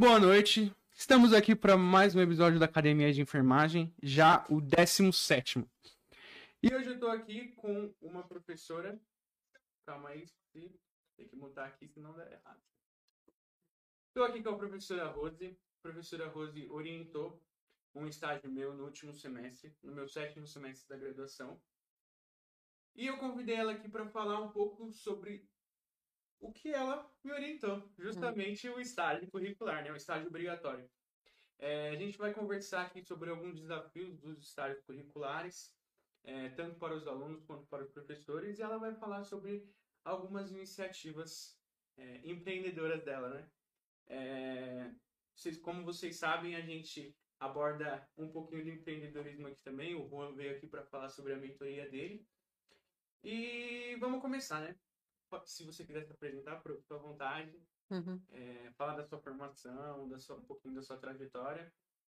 boa noite. Estamos aqui para mais um episódio da Academia de Enfermagem, já o 17º. E hoje eu estou aqui com uma professora. Calma aí, tem que mutar aqui, senão dá errado. Estou aqui com a professora Rose. A professora Rose orientou um estágio meu no último semestre, no meu 7º semestre da graduação. E eu convidei ela aqui para falar um pouco sobre o que ela me orientou, justamente o estágio curricular, né? O estágio obrigatório. A gente vai conversar aqui sobre alguns desafios dos estágios curriculares, tanto para os alunos quanto para os professores, e ela vai falar sobre algumas iniciativas empreendedoras dela, né? Como vocês sabem, a gente aborda um pouquinho de empreendedorismo aqui também. O Juan veio aqui para falar sobre a mentoria dele. E vamos começar, né? Se você quiser se apresentar, por sua vontade. Falar da sua formação, um pouquinho da sua trajetória.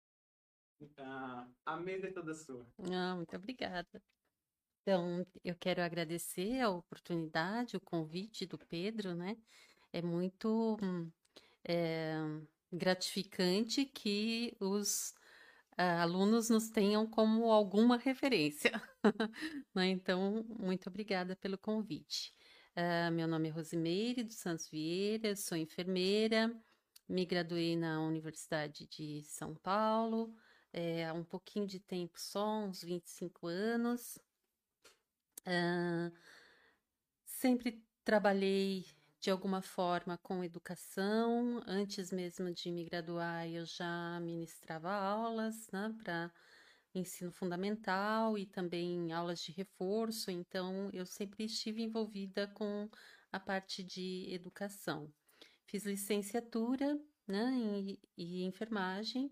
A mesa é toda sua. Muito obrigada. Então, eu quero agradecer a oportunidade, o convite do Pedro, né? É muito é, gratificante que os alunos nos tenham como alguma referência, né? Então, muito obrigada pelo convite. Meu nome é Rosimeire dos Santos Vieira, sou enfermeira, me graduei na Universidade de São Paulo, há um pouquinho de tempo só, uns 25 anos. Sempre trabalhei de alguma forma com educação. Antes mesmo de me graduar, eu já ministrava aulas, né, para ensino fundamental e também aulas de reforço. Então, eu sempre estive envolvida com a parte de educação. Fiz licenciatura, né, em enfermagem,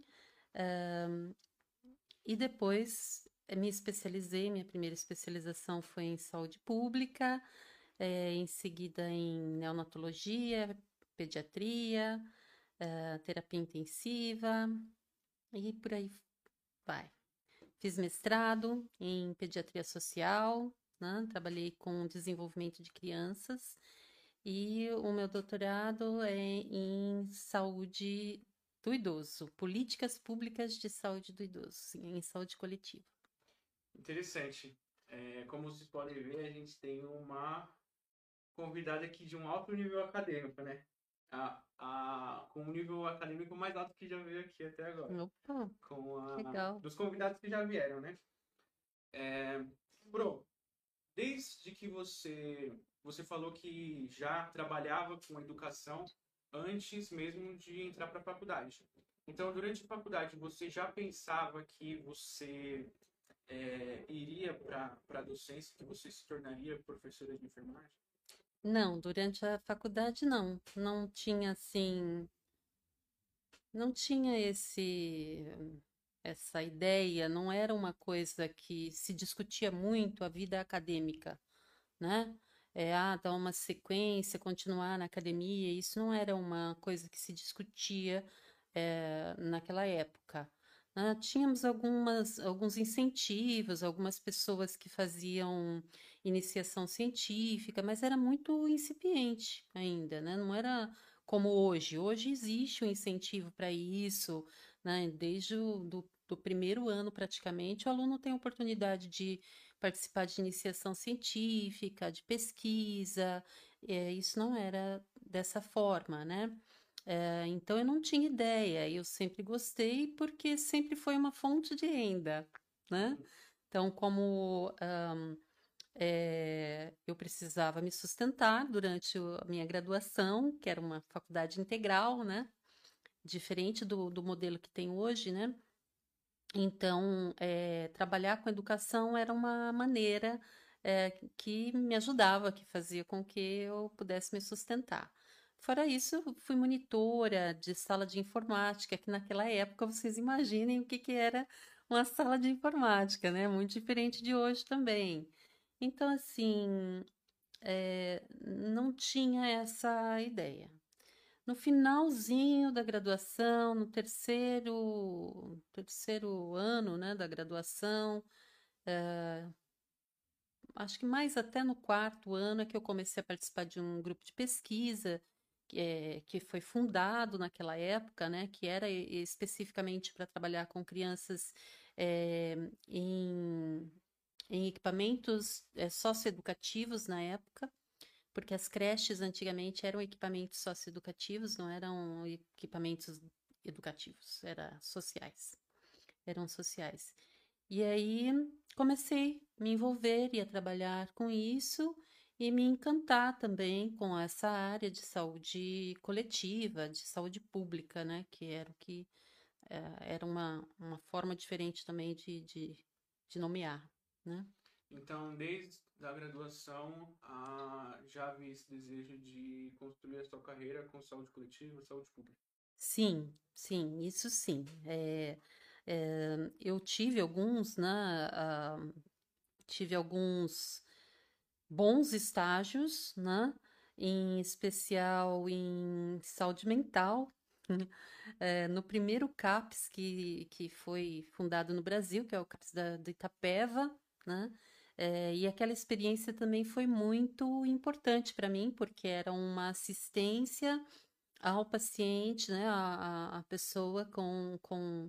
e depois me especializei. Minha primeira especialização foi em saúde pública, em seguida em neonatologia, pediatria, terapia intensiva e por aí vai. Fiz mestrado em pediatria social, né? Trabalhei com desenvolvimento de crianças e o meu doutorado é em saúde do idoso, políticas públicas de saúde do idoso, em saúde coletiva. Interessante. Como vocês podem ver, a gente tem uma convidada aqui de um alto nível acadêmico, né? Com um nível acadêmico mais alto que já veio aqui até agora. Opa, legal. Dos convidados que já vieram, né? Pro, desde que você falou que já trabalhava com educação antes mesmo de entrar para a faculdade. Então, durante a faculdade, você já pensava que você iria para a docência, que você se tornaria professora de enfermagem? Não, durante a faculdade não. Não tinha assim, não tinha essa ideia, não era uma coisa que se discutia muito a vida acadêmica, né? Dar uma sequência, continuar na academia, isso não era uma coisa que se discutia, naquela época, né? Tínhamos alguns incentivos, algumas pessoas que faziam iniciação científica, mas era muito incipiente ainda, né? Não era como hoje. Hoje existe um incentivo para isso, né? Desde do primeiro ano, praticamente, o aluno tem a oportunidade de participar de iniciação científica, de pesquisa. Isso não era dessa forma, né? Então eu não tinha ideia, eu sempre gostei porque sempre foi uma fonte de renda, né? Então, como eu precisava me sustentar durante a minha graduação, que era uma faculdade integral, né? Diferente do modelo que tem hoje, né? Então, trabalhar com educação era uma maneira que me ajudava, que fazia com que eu pudesse me sustentar. Fora isso, eu fui monitora de sala de informática, que naquela época vocês imaginem o que, que era uma sala de informática, né? Muito diferente de hoje também. Então, assim, não tinha essa ideia. No finalzinho da graduação, no terceiro ano, né, da graduação, acho que mais até no quarto ano é que eu comecei a participar de um grupo de pesquisa que foi fundado naquela época, né, que era especificamente para trabalhar com crianças eh, em, em equipamentos socioeducativos na época, porque as creches antigamente eram equipamentos socioeducativos, não eram equipamentos educativos, eram sociais. E aí comecei a me envolver e a trabalhar com isso e me encantar também com essa área de saúde coletiva, de saúde pública, né? Que era o que era uma forma diferente também de nomear, né? Então, desde a graduação, já havia esse desejo de construir a sua carreira com saúde coletiva, saúde pública. Sim, sim, isso sim. Eu tive alguns, né? Tive alguns bons estágios, né? Em especial em saúde mental. No primeiro CAPS que foi fundado no Brasil, que é o CAPS de Itapeva, né? E aquela experiência também foi muito importante para mim, porque era uma assistência ao paciente, né? A pessoa com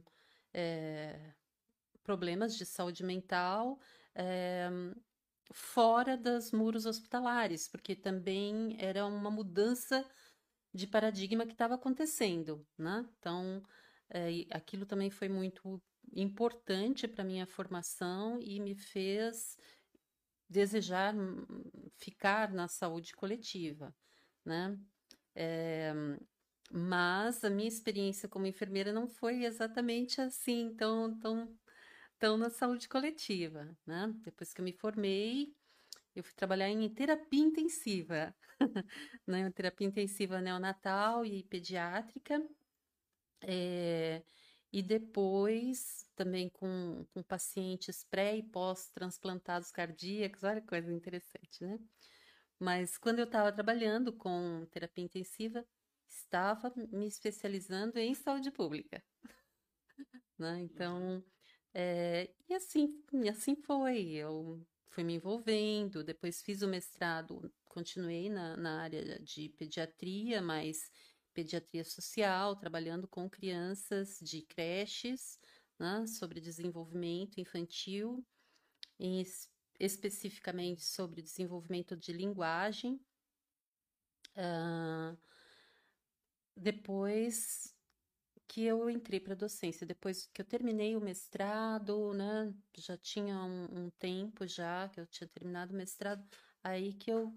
problemas de saúde mental. eh, Fora dos muros hospitalares, porque também era uma mudança de paradigma que estava acontecendo, né? Então, aquilo também foi muito importante para minha formação e me fez desejar ficar na saúde coletiva, né? Eh, mas a minha experiência como enfermeira não foi exatamente assim, tão na saúde coletiva, né? Depois que eu me formei, eu fui trabalhar em terapia intensiva, né? Terapia intensiva neonatal e pediátrica, e depois também com pacientes pré e pós-transplantados cardíacos, olha que coisa interessante, né? Mas quando eu estava trabalhando com terapia intensiva, estava me especializando em saúde pública, né? Então, e assim foi. Eu fui me envolvendo, depois fiz o mestrado, continuei na área de pediatria, mas pediatria social, trabalhando com crianças de creches, né, sobre desenvolvimento infantil, em especificamente sobre desenvolvimento de linguagem. Ah, depois que eu entrei para docência, depois que eu terminei o mestrado, né, já tinha um tempo já que eu tinha terminado o mestrado, aí que eu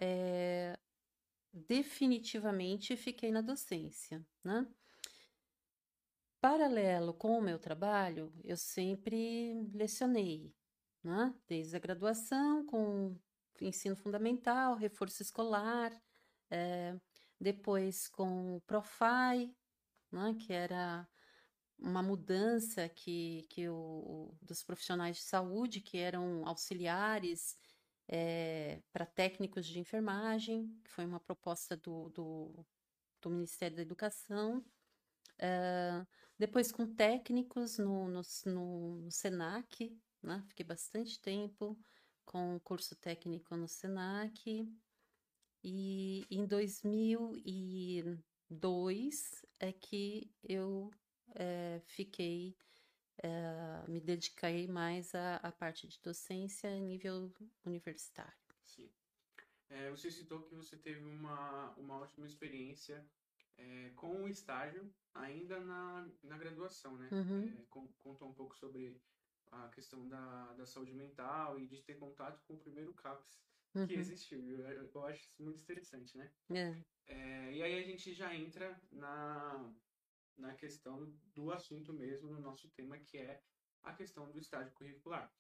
definitivamente fiquei na docência, né? Paralelo com o meu trabalho, eu sempre lecionei, né? Desde a graduação, com ensino fundamental, reforço escolar, depois com o Profai, né? Que era uma mudança dos profissionais de saúde, que eram auxiliares, para técnicos de enfermagem, que foi uma proposta do Ministério da Educação. Depois com técnicos no SENAC, né? Fiquei bastante tempo com curso técnico no SENAC. E em 2002 é que eu fiquei, me dediquei mais à parte de docência a nível universitário. Sim. Você citou que você teve uma ótima experiência com o estágio ainda na graduação, né? Uhum, Contou um pouco sobre a questão da saúde mental e de ter contato com o primeiro CAPS que uhum, existiu. Eu acho isso muito interessante, né? é, E aí a gente já entra na questão do assunto mesmo, no nosso tema, que é a questão do estágio curricular.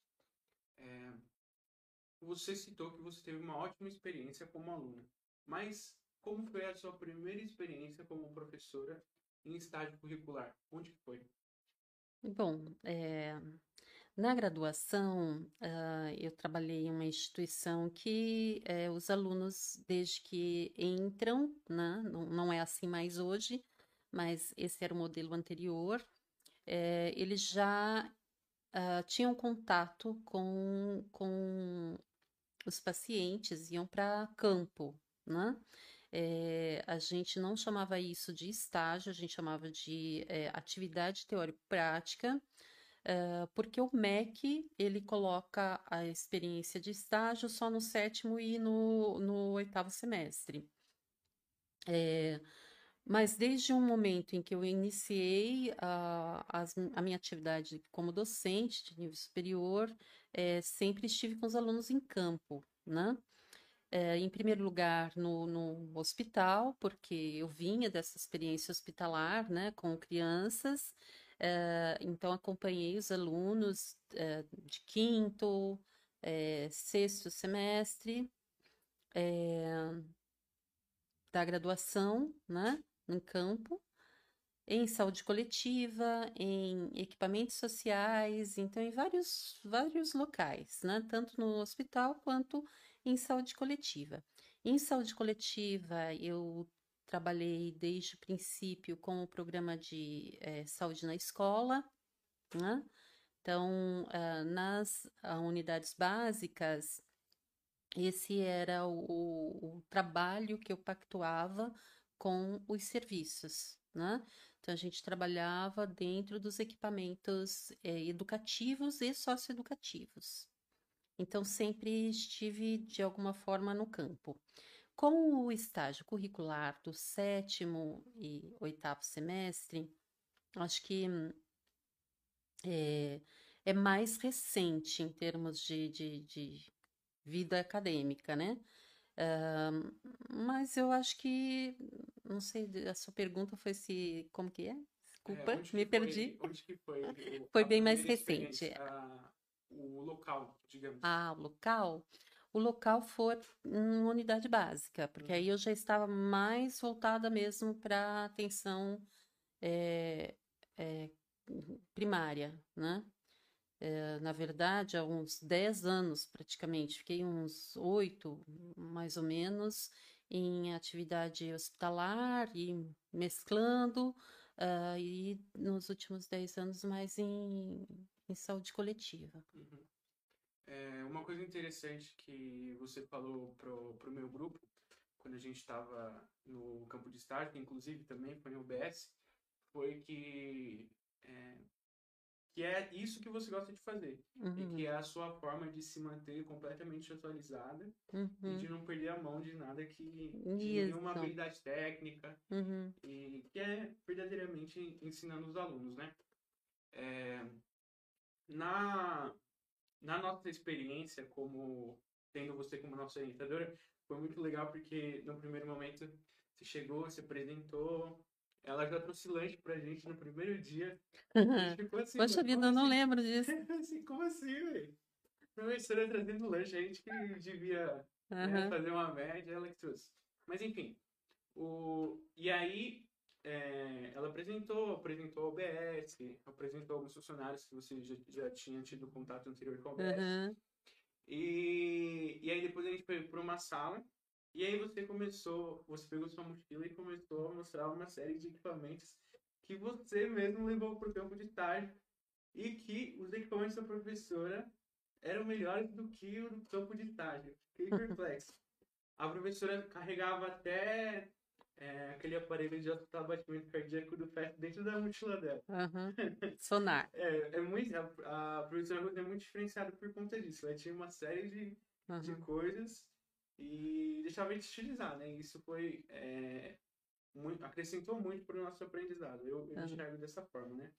Você citou que você teve uma ótima experiência como aluna, mas como foi a sua primeira experiência como professora em estágio curricular? Onde que foi? Bom, na graduação, eu trabalhei em uma instituição que os alunos, desde que entram, né, não é assim mais hoje, mas esse era o modelo anterior, eles já tinham contato com os pacientes, iam para campo, né? A gente não chamava isso de estágio, a gente chamava de atividade teórico-prática, porque o MEC, ele coloca a experiência de estágio só no sétimo e no oitavo semestre. Mas desde um momento em que eu iniciei a minha atividade como docente de nível superior, sempre estive com os alunos em campo, né? Em primeiro lugar, no hospital, porque eu vinha dessa experiência hospitalar, né, com crianças, então acompanhei os alunos de quinto, sexto semestre da graduação, né, em campo, em saúde coletiva, em equipamentos sociais, então em vários locais, né? Tanto no hospital quanto em saúde coletiva. Em saúde coletiva, eu trabalhei desde o princípio com o programa de saúde na escola, né? Então, nas unidades básicas, esse era o trabalho que eu pactuava com os serviços, né? Então, a gente trabalhava dentro dos equipamentos educativos e socioeducativos. Então, sempre estive, de alguma forma, no campo. Com o estágio curricular do sétimo e oitavo semestre, acho que é, é mais recente em termos de vida acadêmica, né? Ah, mas eu acho que, não sei, a sua pergunta foi se, como que é? Desculpa, me perdi. Onde que foi Foi a bem mais primeira recente. experiência, o local, digamos? Ah, o local? O local foi em unidade básica, porque aí eu já estava mais voltada mesmo para atenção eh, eh, primária, né? Na verdade, há uns 10 anos praticamente, fiquei uns 8, mais ou menos, em atividade hospitalar e mesclando, e nos últimos 10 anos mais em saúde coletiva. Uhum. Uma coisa interessante que você falou pro meu grupo, quando a gente estava no campo de estágio, que inclusive também foi no UBS, foi é, que é isso que você gosta de fazer. E que Uhum, é a sua forma de se manter completamente atualizada e de uhum, não perder a mão de nada de nenhuma isso. habilidade técnica, Uhum, e que é verdadeiramente ensinando os alunos, né? Na, na nossa experiência como tendo você como nossa orientadora, foi muito legal porque no primeiro momento você chegou, se apresentou, ela já trouxe lanche pra gente no primeiro dia. A gente ficou assim, Poxa mano, como vida, eu não assim? lembro disso. Assim, como assim, velho? Professora trazendo lanche, a gente que devia, né, Aham, fazer uma média, ela que trouxe. Mas enfim, e aí ela apresentou a OBS, apresentou alguns funcionários que você já tinha tido contato anterior com a OBS. aham. E aí depois a gente foi para uma sala. E aí você pegou sua mochila e começou a mostrar uma série de equipamentos que você mesmo levou para o campo de estágio e que os equipamentos da professora eram melhores do que o do campo de estágio. Fiquei perplexo. A professora carregava até aquele aparelho de autotar batimento cardíaco do feto dentro da mochila dela. Aham. Sonar. A professora Ruth é muito diferenciada por conta disso. Ela tinha uma série de Aham, coisas e deixava a gente utilizar, né? Isso acrescentou muito para o nosso aprendizado. Eu aham. enxergo dessa forma, né?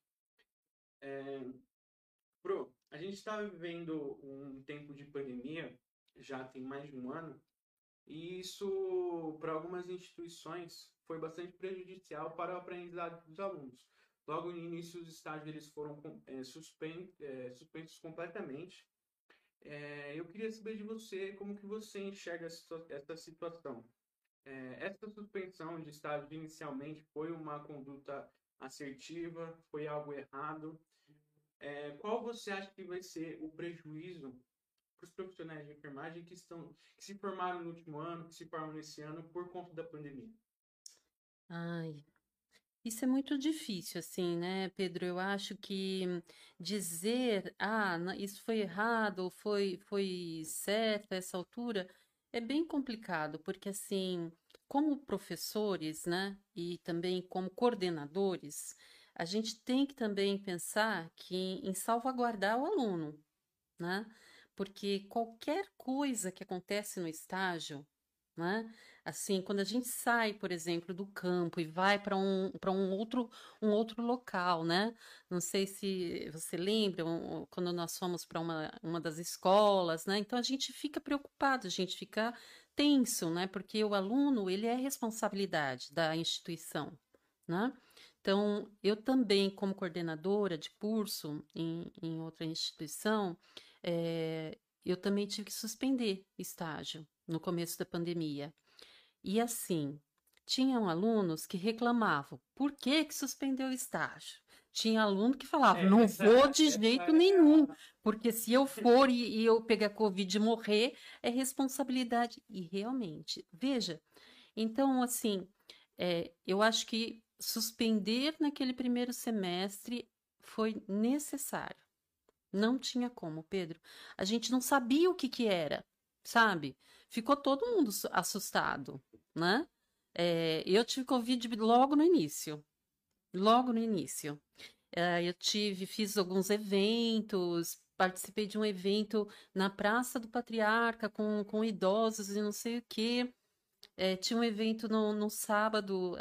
Pro, a gente está vivendo um tempo de pandemia, já tem mais de um ano, e isso, para algumas instituições, foi bastante prejudicial para o aprendizado dos alunos. Logo no início, os estágios eles foram suspensos completamente. Eu queria saber de você como que você enxerga essa situação. Essa suspensão de estágio inicialmente foi uma conduta assertiva? Foi algo errado? Qual você acha que vai ser o prejuízo para os profissionais de enfermagem que se formaram no último ano, que se formam nesse ano por conta da pandemia? Ai, isso é muito difícil, assim, né, Pedro? Eu acho que dizer, isso foi errado, ou foi certo a essa altura, é bem complicado, porque, assim, como professores, né, e também como coordenadores, a gente tem que também pensar em salvaguardar o aluno, né? Porque qualquer coisa que acontece no estágio, né? Assim, quando a gente sai, por exemplo, do campo e vai para um outro local, né? Não sei se você lembra, quando nós fomos para uma das escolas, né? Então a gente fica preocupado, a gente fica tenso, né? Porque o aluno, ele é responsabilidade da instituição, né? Então, eu também, como coordenadora de curso em outra instituição, eu também tive que suspender estágio no começo da pandemia. E assim, tinham alunos que reclamavam, por que que suspendeu o estágio? Tinha aluno que falava, não vou de Essa jeito é nenhum, porque se eu for e eu pegar Covid e morrer, é responsabilidade. E realmente, veja, então, assim, eu acho que suspender naquele primeiro semestre foi necessário. Não tinha como, Pedro. A gente não sabia o que que era, sabe? Ficou todo mundo assustado, né? Eu tive Covid logo no início, logo no início. Fiz alguns eventos, participei de um evento na Praça do Patriarca com idosos e não sei o quê. Tinha um evento no sábado,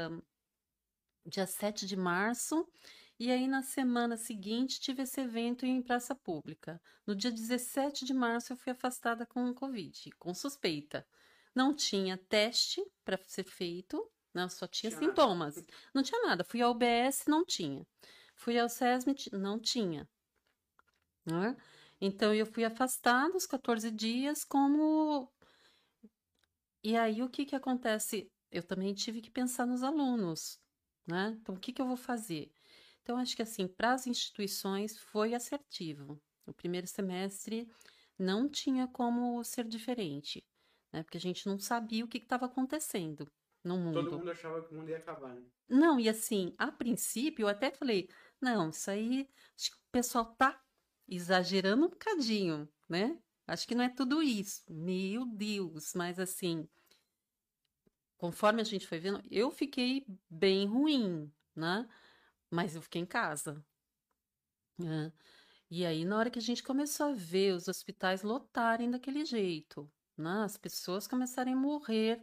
dia 7 de março, e aí na semana seguinte tive esse evento em praça pública. No dia 17 de março eu fui afastada com Covid, com suspeita. Não tinha teste para ser feito, não, só tinha tinha nada. sintomas. Não tinha nada. Fui ao UBS, não tinha. Fui ao SESMIT, não tinha. Né? Então eu fui afastada os 14 dias como. E aí o que que acontece? Eu também tive que pensar nos alunos, né? Então o que que eu vou fazer? Então acho que assim, para as instituições foi assertivo. O primeiro semestre não tinha como ser diferente, né? Porque a gente não sabia o que estava acontecendo no Todo mundo. mundo achava que o mundo ia acabar, né? Não, e assim, a princípio eu até falei, não, isso aí, acho que o pessoal tá exagerando um bocadinho, né? Acho que não é tudo isso. Meu Deus, mas assim, conforme a gente foi vendo, eu fiquei bem ruim, né? Mas eu fiquei em casa, né? E aí, na hora que a gente começou a ver os hospitais lotarem daquele jeito, né? As pessoas começarem a morrer.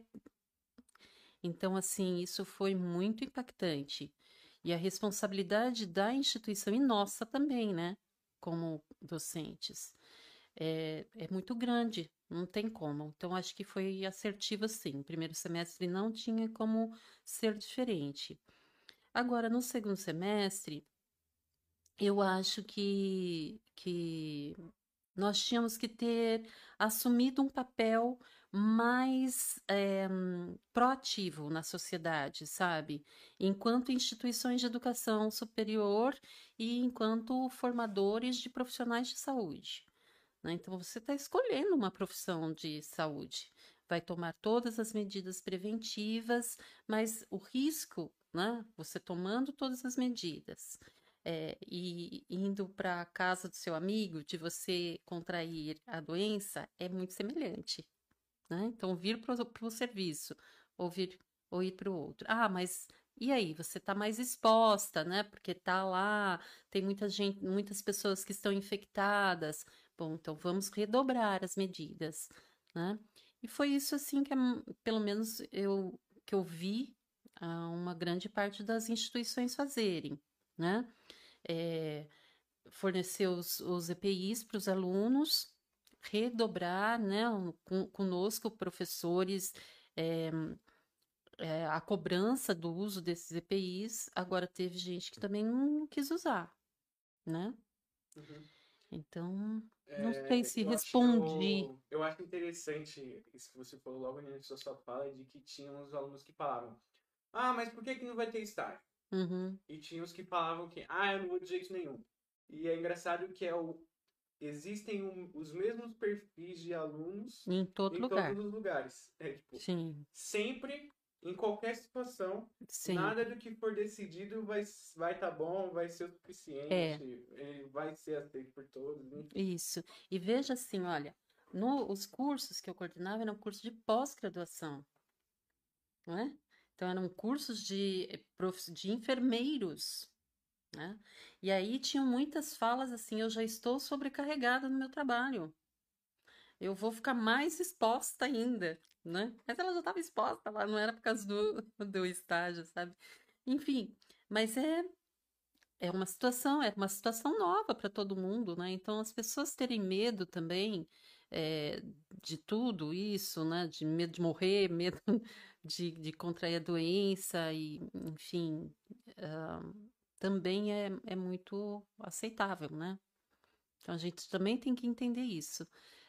Então, assim, isso foi muito impactante. E a responsabilidade da instituição e nossa também, né? Como docentes, é muito grande, não tem como. Então, acho que foi assertivo, sim. O primeiro semestre não tinha como ser diferente. Agora, no segundo semestre, eu acho que nós tínhamos que ter assumido um papel mais proativo na sociedade, sabe? Enquanto instituições de educação superior e enquanto formadores de profissionais de saúde, né? Então, você está escolhendo uma profissão de saúde, vai tomar todas as medidas preventivas, mas o risco, né? Você tomando todas as medidas e indo para a casa do seu amigo, de você contrair a doença, é muito semelhante, né? Então, vir para o serviço ou, ou ir para o outro. Ah, mas e aí? Você está mais exposta, né? Porque tá lá, tem muita gente, muitas pessoas que estão infectadas. Bom, então vamos redobrar as medidas, né? E foi isso assim que, pelo menos, que eu vi uma grande parte das instituições fazerem, né? É, fornecer os EPIs para os alunos, redobrar, né, conosco, professores, é, a cobrança do uso desses EPIs. Agora, teve gente que também não quis usar, né? Uhum. Então, não sei se Eu acho, respondi. eu acho interessante isso que você falou logo no início da sua fala, de que tinha uns alunos que falavam, ah, mas por que que não vai ter estágio? Uhum, E tinha os que falavam que, ah, eu não vou de jeito nenhum. E é engraçado que existem os mesmos perfis de alunos em todo em todos lugar. os lugares. É tipo, Sim, sempre, em qualquer situação, nada sempre. do que for decidido vai tá bom, vai ser o É, suficiente, ele vai ser aceito por todos, enfim. isso. E veja assim, olha, os cursos que eu coordenava eram cursos de pós-graduação. não é? Então, eram cursos de enfermeiros, né? E aí tinham muitas falas assim: eu já estou sobrecarregada no meu trabalho, eu vou ficar mais exposta ainda, né? Mas ela já estava exposta lá, não era por causa do estágio, sabe? Enfim, mas é uma situação nova para todo mundo, né? Então, as pessoas terem medo também é, de tudo isso, né? De medo de morrer, medo de contrair a doença, e, enfim, ah, também é muito aceitável, né? Então, a gente também tem que entender isso.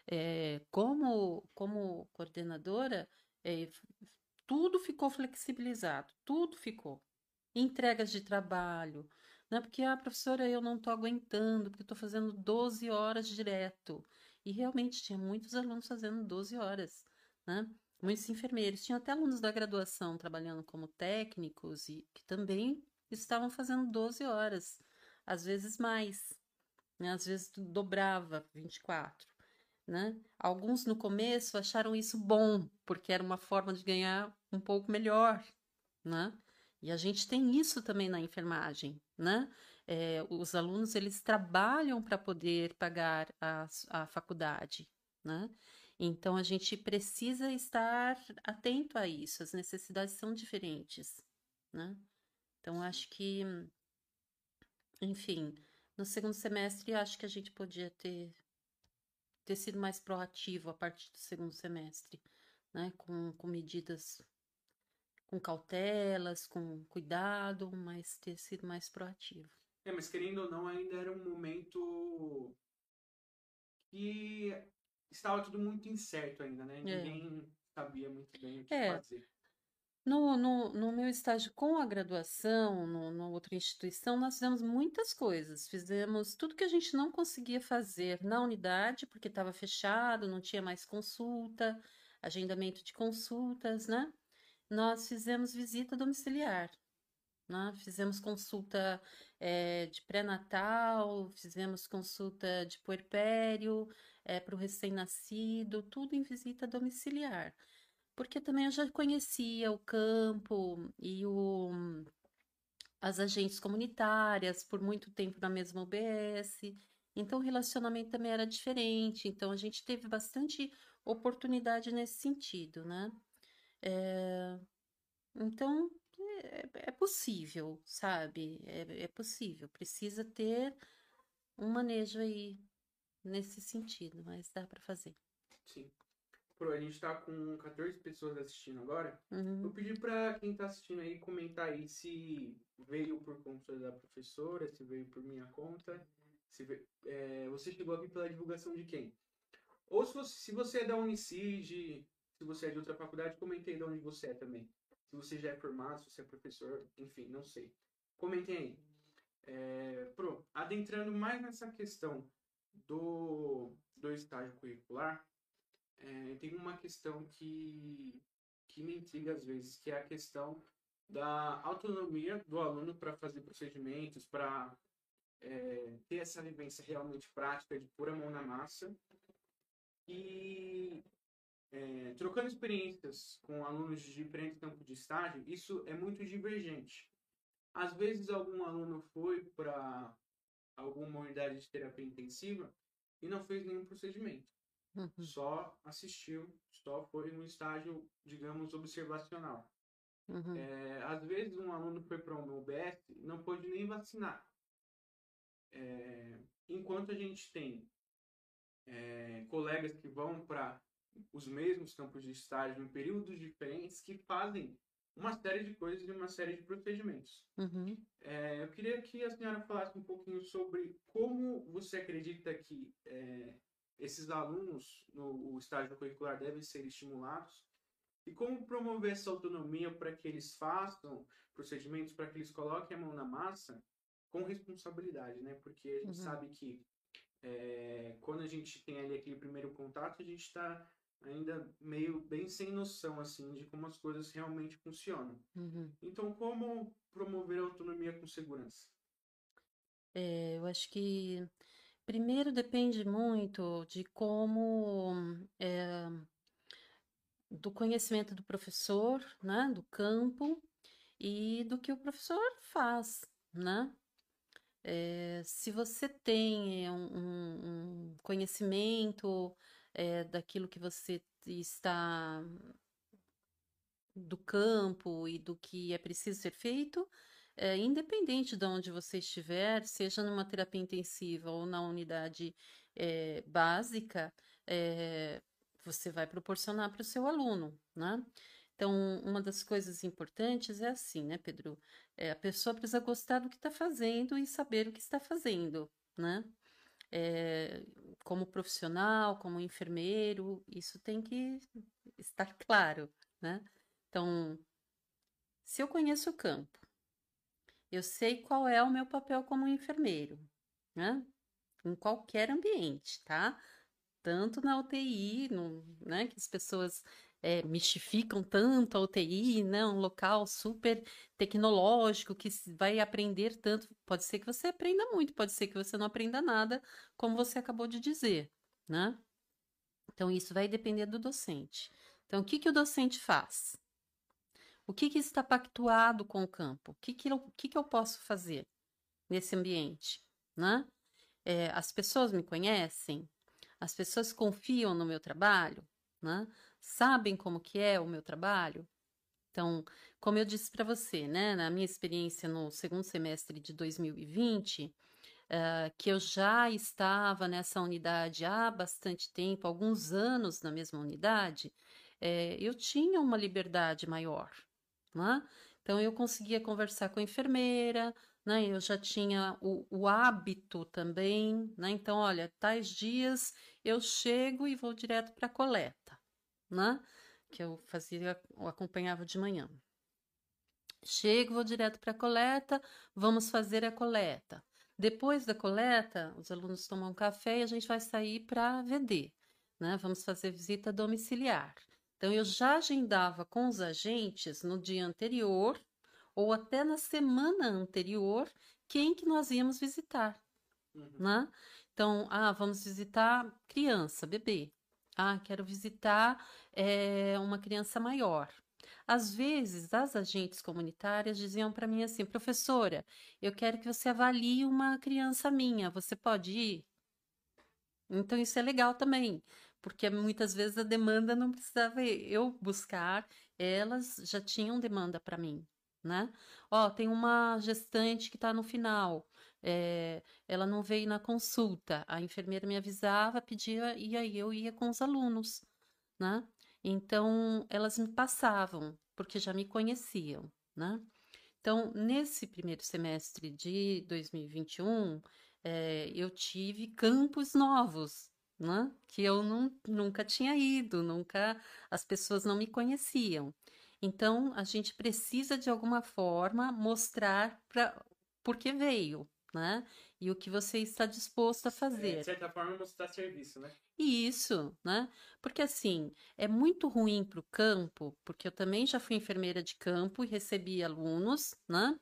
Como coordenadora, é, tudo ficou flexibilizado, tudo ficou. Entregas de trabalho, né? Porque, professora, eu não estou aguentando, porque estou fazendo 12 horas direto. E realmente tinha muitos alunos fazendo 12 horas, né? Muitos enfermeiros. Tinha até alunos da graduação trabalhando como técnicos e que também estavam fazendo 12 horas, às vezes mais, né? Às vezes dobrava 24, né? Alguns no começo acharam isso bom, porque era uma forma de ganhar um pouco melhor, né? E a gente tem isso também na enfermagem, né? Os alunos, eles trabalham para poder pagar a faculdade, né? Então, a gente precisa estar atento a isso, as necessidades são diferentes, né? Então, acho que, enfim, no segundo semestre, eu acho que a gente podia ter sido mais proativo a partir do segundo semestre, né? Com medidas, com cautelas, com cuidado, mas ter sido mais proativo. Mas querendo ou não, ainda era um momento que estava tudo muito incerto ainda, né? É, Ninguém sabia muito bem o que é. fazer. No meu estágio com a graduação, na outra instituição, nós fizemos muitas coisas. Fizemos tudo que a gente não conseguia fazer na unidade, porque estava fechado, não tinha mais consulta, agendamento de consultas, né? Nós fizemos visita domiciliar, né? Fizemos consulta de pré-natal, fizemos consulta de puerpério para o recém-nascido, tudo em visita domiciliar. Porque também eu já conhecia o campo e as agentes comunitárias por muito tempo na mesma UBS, então o relacionamento também era diferente, então a gente teve bastante oportunidade nesse sentido, né? É, então, é possível, sabe? É possível. Precisa ter um manejo aí nesse sentido, mas dá para fazer. Sim. Pro, a gente tá com 14 pessoas assistindo agora. Vou Uhum. pedir para quem tá assistindo aí comentar aí se veio por conta da professora, se veio por minha conta, você chegou aqui pela divulgação de quem? Ou se você é da Unicid, se você é de outra faculdade, comentei de onde você é também. Se você já é formado, se você é professor, enfim, não sei. Comentem aí. Adentrando mais nessa questão do estágio curricular, tem uma questão que me intriga às vezes, que é a questão da autonomia do aluno para fazer procedimentos, para ter essa vivência realmente prática de pôr a mão na massa e trocando experiências com alunos de diferentes campos de estágio, isso é muito divergente. Às vezes algum aluno foi para alguma unidade de terapia intensiva e não fez nenhum procedimento. Uhum. Só assistiu, só foi um estágio, digamos, observacional. Uhum. Às vezes um aluno foi para uma UBS e não pôde nem vacinar. Enquanto a gente tem colegas que vão para os mesmos campos de estágio em períodos diferentes que fazem uma série de coisas e uma série de procedimentos. Uhum. Eu queria que a senhora falasse um pouquinho sobre como você acredita que esses alunos no estágio curricular devem ser estimulados e como promover essa autonomia para que eles façam procedimentos, para que eles coloquem a mão na massa com responsabilidade, né? Porque a gente Uhum. sabe que quando a gente tem ali aquele primeiro contato, a gente está ainda meio bem sem noção assim de como as coisas realmente funcionam. Uhum. Então, como promover a autonomia com segurança? Eu acho que primeiro depende muito de como do conhecimento do professor, né, do campo e do que o professor faz, né? Se você tem um conhecimento daquilo que você está do campo e do que é preciso ser feito, independente de onde você estiver, seja numa terapia intensiva ou na unidade básica, você vai proporcionar para o seu aluno, né? Então, uma das coisas importantes é assim, né, Pedro? A pessoa precisa gostar do que está fazendo e saber o que está fazendo, né? É, como profissional, como enfermeiro, isso tem que estar claro, né? Então, se eu conheço o campo, eu sei qual é o meu papel como enfermeiro, né? Em qualquer ambiente, tá? Tanto na UTI, né? Que as pessoas mistificam tanto a UTI, né? Um local super tecnológico que vai aprender tanto. Pode ser que você aprenda muito, pode ser que você não aprenda nada, como você acabou de dizer, né? Então, isso vai depender do docente. Então, o que que o docente faz? O que que está pactuado com o campo? O que que eu posso fazer nesse ambiente, né? As pessoas me conhecem, as pessoas confiam no meu trabalho, né? Sabem como que é o meu trabalho. Então, como eu disse para você, né, na minha experiência no segundo semestre de 2020, que eu já estava nessa unidade há bastante tempo, alguns anos na mesma unidade, eu tinha uma liberdade maior, né? Então, eu conseguia conversar com a enfermeira, né? Eu já tinha o hábito também, né? Então, olha, tais dias eu chego e vou direto para a coleta, né? Que eu fazia, eu acompanhava de manhã. Chego, vou direto para a coleta, vamos fazer a coleta. Depois da coleta, os alunos tomam um café e a gente vai sair para VD, né? Vamos fazer visita domiciliar. Então, eu já agendava com os agentes no dia anterior ou até na semana anterior quem que nós íamos visitar, né? Então, vamos visitar criança, bebê. Quero visitar uma criança maior. Às vezes, as agentes comunitárias diziam para mim assim, professora, eu quero que você avalie uma criança minha, você pode ir? Então, isso é legal também, porque muitas vezes a demanda não precisava eu buscar, elas já tinham demanda para mim, né? Ó, tem uma gestante que está no final, ela não veio na consulta, a enfermeira me avisava, pedia, e aí eu ia com os alunos, né? Então, elas me passavam, porque já me conheciam, né? Então, nesse primeiro semestre de 2021, eu tive campos novos, né? Que eu nunca tinha ido, nunca, as pessoas não me conheciam. Então, a gente precisa, de alguma forma, mostrar por que veio, né? E o que você está disposto a De fazer. certa forma, mostrar serviço, né? E isso, né? Porque assim, é muito ruim para o campo, porque eu também já fui enfermeira de campo e recebi alunos, né?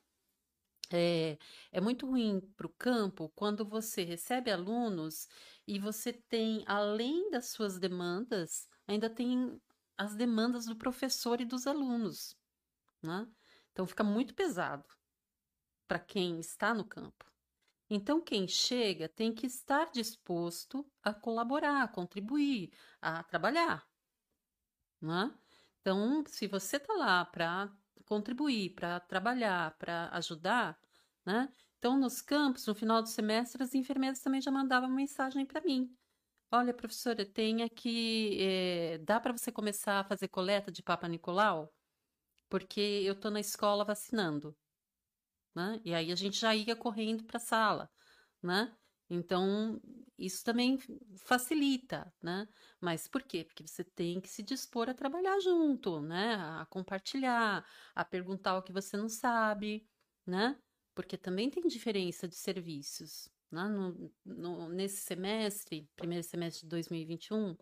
É muito ruim para o campo quando você recebe alunos e você tem, além das suas demandas, ainda tem as demandas do professor e dos alunos, né? Então fica muito pesado para quem está no campo. Então, quem chega tem que estar disposto a colaborar, a contribuir, a trabalhar, né? Então, se você está lá para contribuir, para trabalhar, para ajudar, né? Então, nos campos, no final do semestre, as enfermeiras também já mandavam mensagem para mim. Olha, professora, tem aqui, dá para você começar a fazer coleta de Papa Nicolau? Porque eu estou na escola vacinando, né? E aí a gente já ia correndo para a sala, né? Então, isso também facilita, né? Mas por quê? Porque você tem que se dispor a trabalhar junto, né? A compartilhar, a perguntar o que você não sabe, né? Porque também tem diferença de serviços, né? Nesse semestre, primeiro semestre de 2021,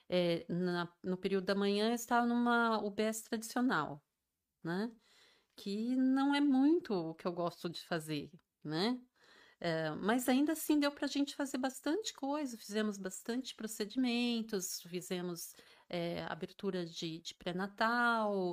no período da manhã eu estava numa UBS tradicional, né? Que não é muito o que eu gosto de fazer, né? Mas ainda assim deu para a gente fazer bastante coisa, fizemos bastante procedimentos, fizemos abertura de pré-natal,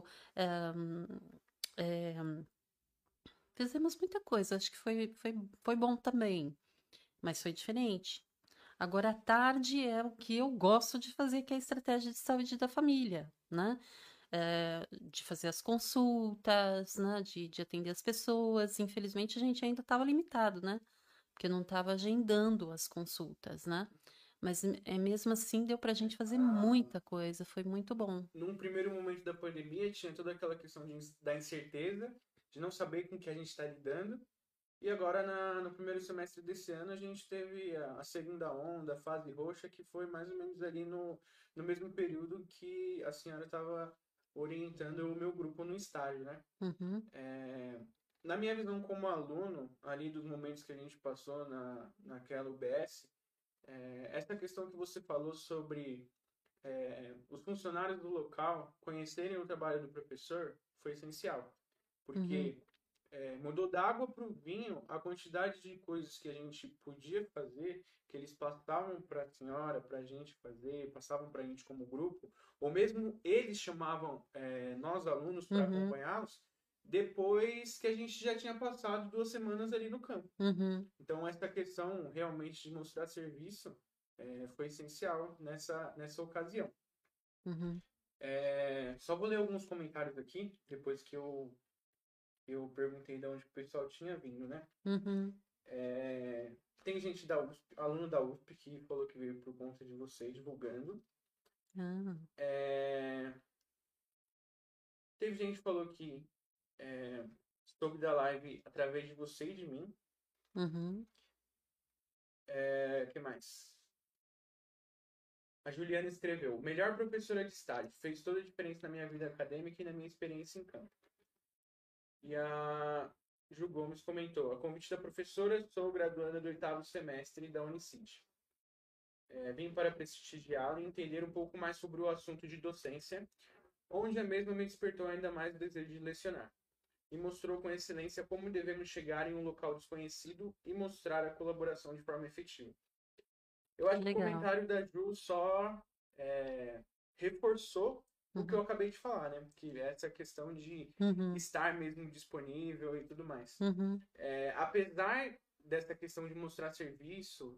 é, fizemos muita coisa, acho que foi bom também, mas foi diferente. Agora, à tarde é o que eu gosto de fazer, que é a estratégia de saúde da família, né? De fazer as consultas, né? De atender as pessoas. Infelizmente, a gente ainda estava limitado, né? Porque não estava agendando as consultas, né? Mas mesmo assim deu para a gente fazer muita coisa, foi muito bom. Num primeiro momento da pandemia, tinha toda aquela questão da incerteza, de não saber com que a gente está lidando. E agora, no primeiro semestre desse ano, a gente teve a segunda onda, a fase roxa, que foi mais ou menos ali no mesmo período que a senhora estava orientando o meu grupo no estágio, né? Uhum, Na minha visão como aluno, ali dos momentos que a gente passou naquela UBS, essa questão que você falou sobre os funcionários do local conhecerem o trabalho do professor foi essencial, uhum, porque mudou da água para o vinho a quantidade de coisas que a gente podia fazer, que eles passavam para a senhora, para a gente fazer, passavam para a gente como grupo, ou mesmo eles chamavam nós alunos para uhum, acompanhá-los, depois que a gente já tinha passado 2 semanas ali no campo. uhum, Então, essa questão realmente de mostrar serviço foi essencial nessa ocasião. uhum, Só vou ler alguns comentários aqui, depois que eu perguntei de onde o pessoal tinha vindo, né? uhum. Tem gente da USP, aluno da USP, que falou que veio por conta de vocês divulgando. Ah, É, teve gente que falou que soube da live através de você e de mim. uhum, Que mais? A Juliana escreveu: melhor professora de estágio, fez toda a diferença na minha vida acadêmica e na minha experiência em campo. E a Ju Gomes comentou: a convite da professora, sou graduanda do 8º semestre da Unicid. Vim para prestigiá-la e entender um pouco mais sobre o assunto de docência, onde a mesma me despertou ainda mais o desejo de lecionar. E mostrou com excelência como devemos chegar em um local desconhecido e mostrar a colaboração de forma efetiva. Eu que acho que o legal. comentário da Ju só reforçou o que eu Uhum, acabei de falar, né? Que é essa questão de uhum, estar mesmo disponível e tudo mais. uhum, Apesar dessa questão de mostrar serviço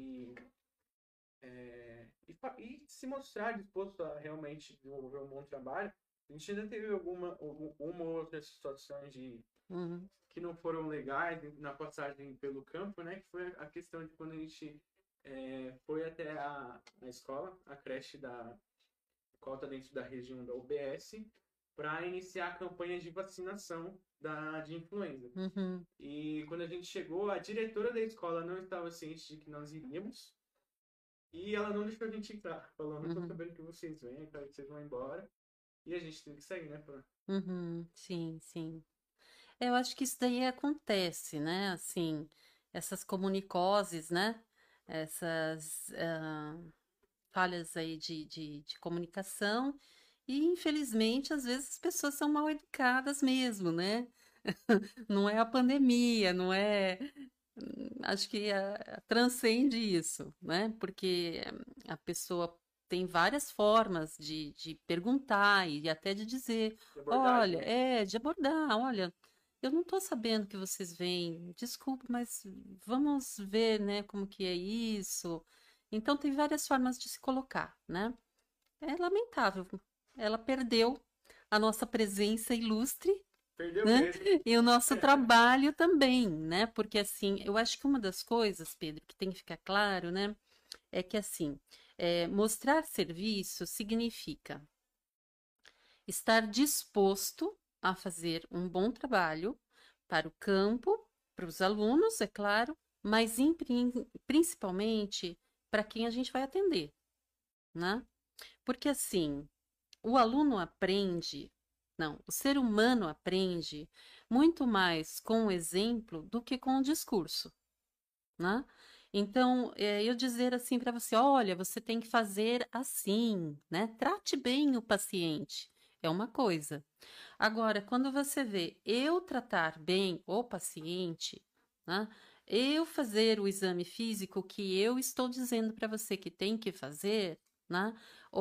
e se mostrar disposto a realmente desenvolver um bom trabalho, a gente ainda teve uma ou outra situação uhum, que não foram legais na passagem pelo campo, né? Que foi a questão de quando a gente foi até a escola, a creche da qual está dentro da região da UBS, para iniciar a campanha de vacinação de influenza. uhum, E quando a gente chegou, a diretora da escola não estava ciente de que nós iríamos e ela não deixou a gente entrar. Falou: não estou uhum, sabendo que vocês vêm, que vocês vão embora. E a gente teve que sair, né? uhum. Sim, sim. Eu acho que isso daí acontece, né? Assim, essas comunicoses, né? Essas falhas aí de comunicação. E, infelizmente, às vezes as pessoas são mal educadas mesmo, né? Não é a pandemia, não é. Acho que transcende isso, né? Porque a pessoa tem várias formas de perguntar e até de dizer, De abordagem, olha, né? de abordar, olha, eu não estou sabendo que vocês vêm, desculpe, mas vamos ver, né, como que é isso. Então tem várias formas de se colocar, né? É lamentável. Ela perdeu a nossa presença ilustre, Perdeu né? mesmo. E o nosso trabalho também, né? Porque assim, eu acho que uma das coisas, Pedro, que tem que ficar claro, né, é que assim, mostrar serviço significa estar disposto a fazer um bom trabalho para o campo, para os alunos, é claro, mas principalmente para quem a gente vai atender, né? Porque assim, o aluno aprende, não, o ser humano aprende muito mais com o exemplo do que com o discurso, né? Então, eu dizer assim para você, olha, você tem que fazer assim, né? Trate bem o paciente, é uma coisa. Agora, quando você vê eu tratar bem o paciente, né? Eu fazer o exame físico que eu estou dizendo para você que tem que fazer, né? Ou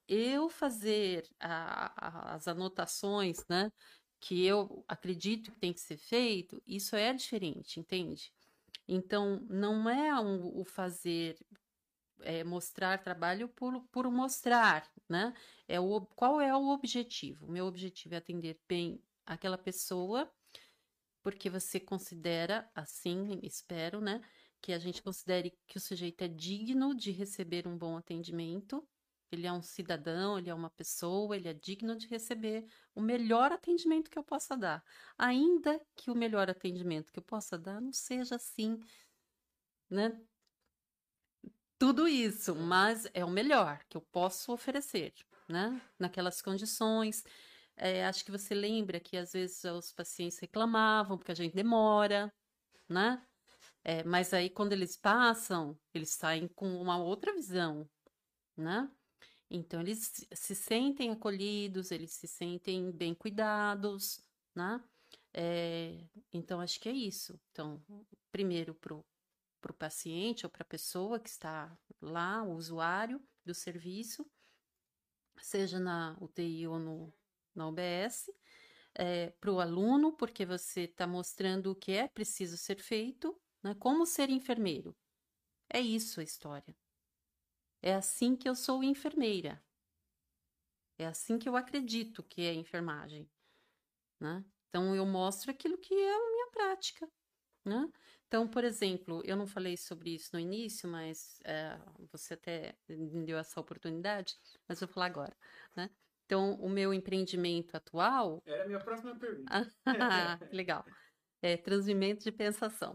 eu fazer as anotações, né, que eu acredito que tem que ser feito, isso é diferente, entende? Então, não é o fazer, mostrar trabalho por mostrar, né? Qual é o objetivo? O meu objetivo é atender bem aquela pessoa, porque você considera, assim, espero, né, que a gente considere que o sujeito é digno de receber um bom atendimento. Ele é um cidadão, ele é uma pessoa, ele é digno de receber o melhor atendimento que eu possa dar. Ainda que o melhor atendimento que eu possa dar não seja assim, né? Tudo isso, mas é o melhor que eu posso oferecer, né? Naquelas condições. Acho que você lembra que às vezes os pacientes reclamavam porque a gente demora, né? Mas aí quando eles passam, eles saem com uma outra visão, né? Então eles se sentem acolhidos, eles se sentem bem cuidados, né? Então acho que é isso. Então, primeiro para o paciente ou para a pessoa que está lá, o usuário do serviço, seja na UTI ou na UBS, para o aluno, porque você está mostrando o que é preciso ser feito, né? Como ser enfermeiro. É isso a história. É assim que eu sou enfermeira. É assim que eu acredito que é enfermagem, né? Então eu mostro aquilo que é a minha prática, né? Então, por exemplo, eu não falei sobre isso no início, mas você até me deu essa oportunidade, mas eu vou falar agora, né? Então, o meu empreendimento atual... Era a minha próxima pergunta. Que legal. É transmimento de pensação.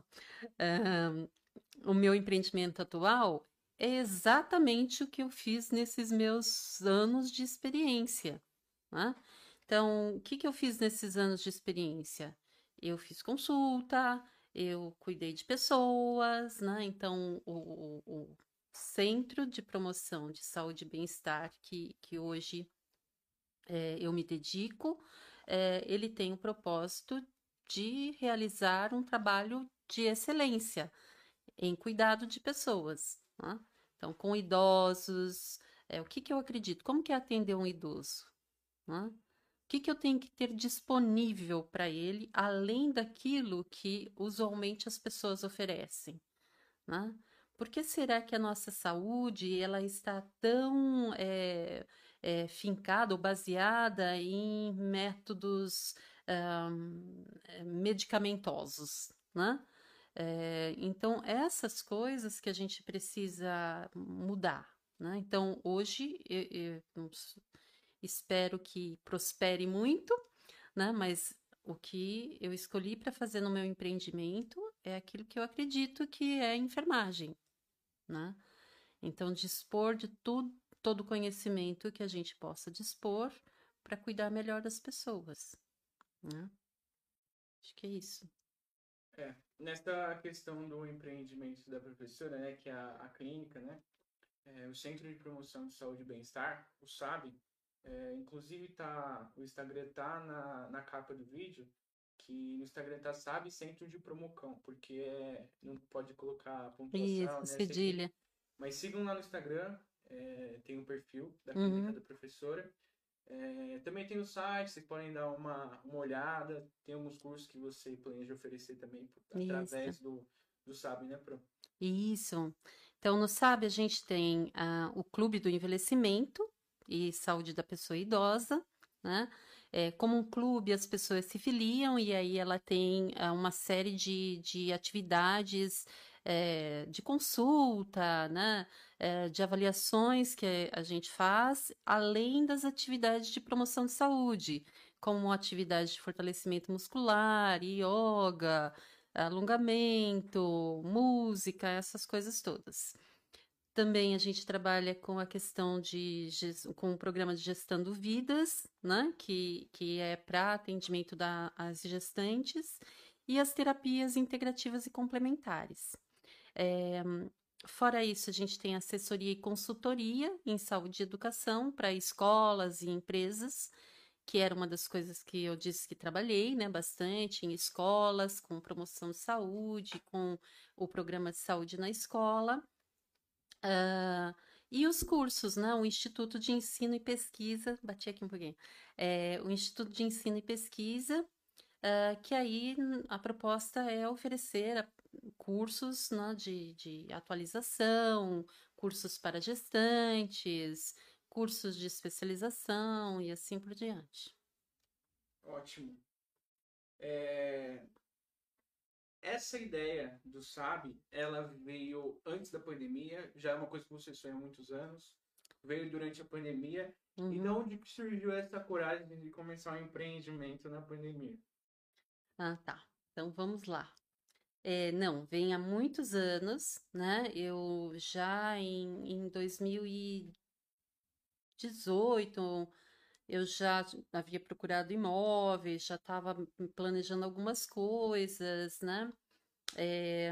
O meu empreendimento atual é exatamente o que eu fiz nesses meus anos de experiência, né? Então, o que eu fiz nesses anos de experiência? Eu fiz consulta, eu cuidei de pessoas, né? Então, o Centro de Promoção de Saúde e Bem-Estar, que hoje eu me dedico, ele tem o propósito de realizar um trabalho de excelência em cuidado de pessoas, né? Então, com idosos, o que eu acredito? Como que é atender um idoso, né? O que eu tenho que ter disponível para ele, além daquilo que usualmente as pessoas oferecem, né? Por que será que a nossa saúde ela está tão fincada ou baseada em métodos medicamentosos, né? Então, essas coisas que a gente precisa mudar, né? Então, hoje, eu espero que prospere muito, né? Mas o que eu escolhi para fazer no meu empreendimento é aquilo que eu acredito que é enfermagem, né? Então, dispor de tudo, todo o conhecimento que a gente possa dispor para cuidar melhor das pessoas, né? Acho que é isso. Nesta questão do empreendimento da professora, né, que é a clínica, né, o Centro de Promoção de Saúde e Bem-Estar, o SAB, inclusive o Instagram tá na capa do vídeo, que no Instagram tá SAB Centro de Promocão, porque não pode colocar pontuação, Isso, né, sempre, cedilha. mas sigam lá no Instagram, tem um perfil da clínica Uhum. da professora. Também tem o site, vocês podem dar uma olhada. Tem alguns cursos que você planeja oferecer também Isso. através do SAB, né, Pro? Isso. Então, no SAB, a gente tem o Clube do Envelhecimento e Saúde da Pessoa Idosa, né? Como um clube, as pessoas se filiam e aí ela tem uma série de atividades de consulta, né? De avaliações que a gente faz, além das atividades de promoção de saúde, como atividades de fortalecimento muscular, yoga, alongamento, música, essas coisas todas. Também a gente trabalha com a questão com o programa de Gestando Vidas, né? Que é para atendimento das gestantes, e as terapias integrativas e complementares. Fora isso, a gente tem assessoria e consultoria em saúde e educação para escolas e empresas, que era uma das coisas que eu disse que trabalhei, né, bastante em escolas, com promoção de saúde, com o programa de saúde na escola. E os cursos, né? O Instituto de Ensino e Pesquisa, bati aqui um pouquinho, o Instituto de Ensino e Pesquisa, que aí a proposta é oferecer cursos, né, de atualização, cursos para gestantes, cursos de especialização e assim por diante. Ótimo. Essa ideia do SAB, ela veio antes da pandemia, já é uma coisa que você sonha há muitos anos, veio durante a pandemia. E de Uhum. onde que surgiu essa coragem de começar um empreendimento na pandemia? Ah, tá. Então vamos lá. Não, vem há muitos anos, né? Eu já em 2018, eu já havia procurado imóveis, já estava planejando algumas coisas, né? É,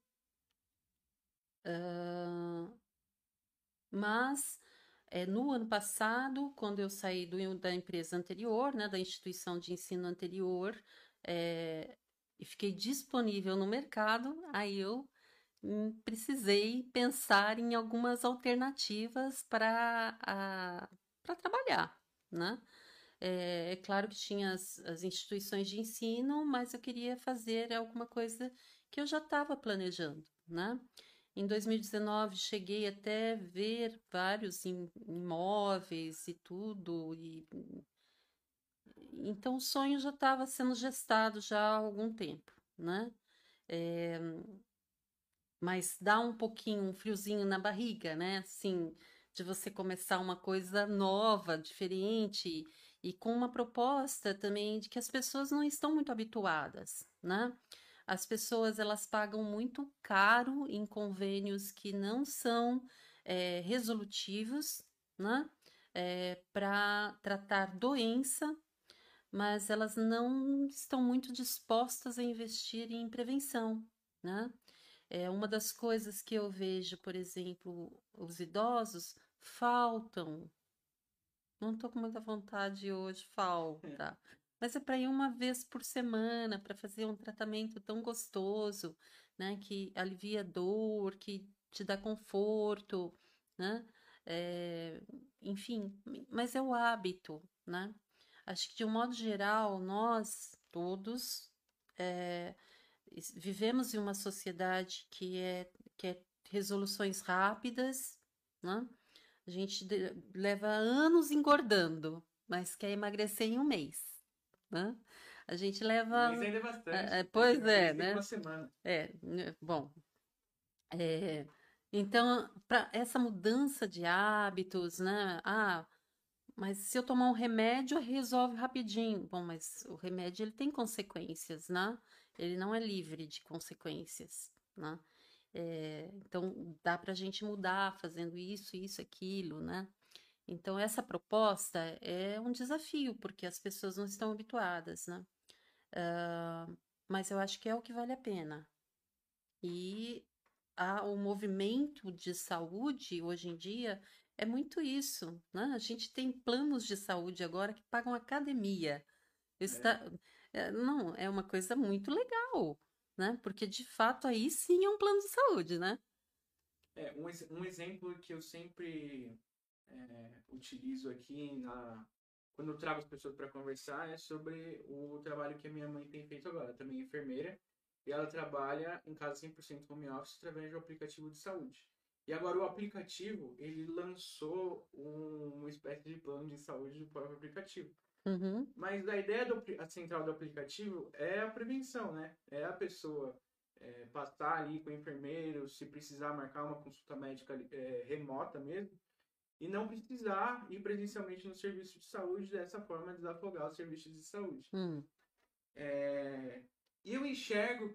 ah, mas no ano passado, quando eu saí da empresa anterior, né, da instituição de ensino anterior, e fiquei disponível no mercado, aí eu precisei pensar em algumas alternativas para trabalhar, né? É claro que tinha as instituições de ensino, mas eu queria fazer alguma coisa que eu já estava planejando, né? Em 2019 cheguei até ver vários imóveis e tudo, então o sonho já estava sendo gestado já há algum tempo, né? É, mas dá um pouquinho, um friozinho na barriga, né? Assim, de você começar uma coisa nova, diferente e com uma proposta também de que as pessoas não estão muito habituadas, né? As pessoas elas pagam muito caro em convênios que não são resolutivos, né? Para tratar doença, mas elas não estão muito dispostas a investir em prevenção, né? Uma das coisas que eu vejo, por exemplo, os idosos faltam. Não estou com muita vontade hoje, falta. Mas é para ir uma vez por semana, para fazer um tratamento tão gostoso, né? Que alivia a dor, que te dá conforto, né? Enfim, mas é o hábito, né? Acho que de um modo geral, nós todos vivemos em uma sociedade que é resoluções rápidas, né? A gente leva anos engordando, mas quer emagrecer em um mês, né? A gente Um leva. mês ainda é bastante. Tem que Pois é, emagrecer em né? uma semana. Bom. é, então, para essa mudança de hábitos, né? Ah, mas se eu tomar um remédio, resolve rapidinho. Bom, mas o remédio ele tem consequências, né? Ele não é livre de consequências, né? Então dá para a gente mudar fazendo isso, aquilo, né? Então essa proposta é um desafio porque as pessoas não estão habituadas, né? Ah, mas eu acho que é o que vale a pena. E o movimento de saúde hoje em dia é muito isso, né? A gente tem planos de saúde agora que pagam academia. É. Está, não, é uma coisa muito legal, né? Porque de fato aí sim é um plano de saúde, né? Um exemplo que eu sempre utilizo aqui quando eu trago as pessoas para conversar é sobre o trabalho que a minha mãe tem feito agora. Também é enfermeira e ela trabalha em casa 100% home office através do aplicativo de saúde. E agora o aplicativo, ele lançou uma espécie de plano de saúde do próprio aplicativo. Uhum, Mas a ideia a central do aplicativo é a prevenção, né? É a pessoa passar ali com o enfermeiro, se precisar marcar uma consulta médica remota mesmo, e não precisar ir presencialmente no serviço de saúde, dessa forma desafogar os serviços de saúde. hum. E eu enxergo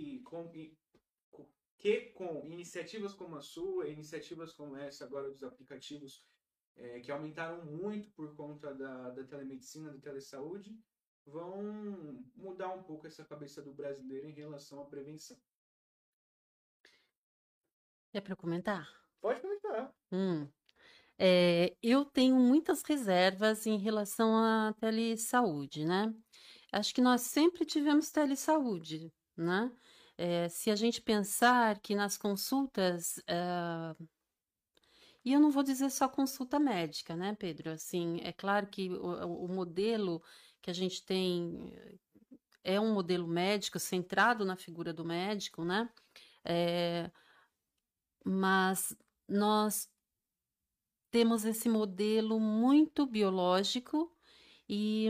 que com iniciativas como a sua, iniciativas como essa agora dos aplicativos, que aumentaram muito por conta da telemedicina, da telesaúde, vão mudar um pouco essa cabeça do brasileiro em relação à prevenção. É para comentar? Pode comentar. Hum. Eu tenho muitas reservas em relação à telesaúde, né? Acho que nós sempre tivemos telesaúde, né? Se a gente pensar que nas consultas E eu não vou dizer só consulta médica, né, Pedro? Assim, é claro que o modelo que a gente tem é um modelo médico, centrado na figura do médico, né? É, mas nós temos esse modelo muito biológico e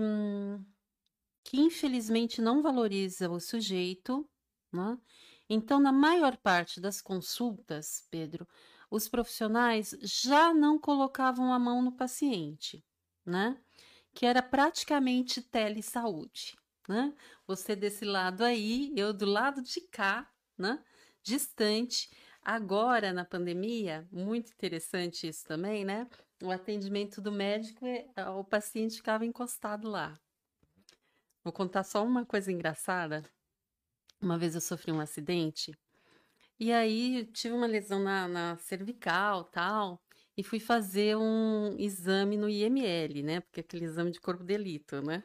que infelizmente não valoriza o sujeito, né? Então, na maior parte das consultas, Pedro, os profissionais já não colocavam a mão no paciente, né? Que era praticamente telesaúde, né? Você desse lado aí, eu do lado de cá, né? Distante. Agora, na pandemia, muito interessante isso também, né? O atendimento do médico, o paciente ficava encostado lá. Vou contar só uma coisa engraçada. Uma vez eu sofri um acidente e aí tive uma lesão na cervical, tal, e fui fazer um exame no IML, né? Porque é aquele exame de corpo de delito, né?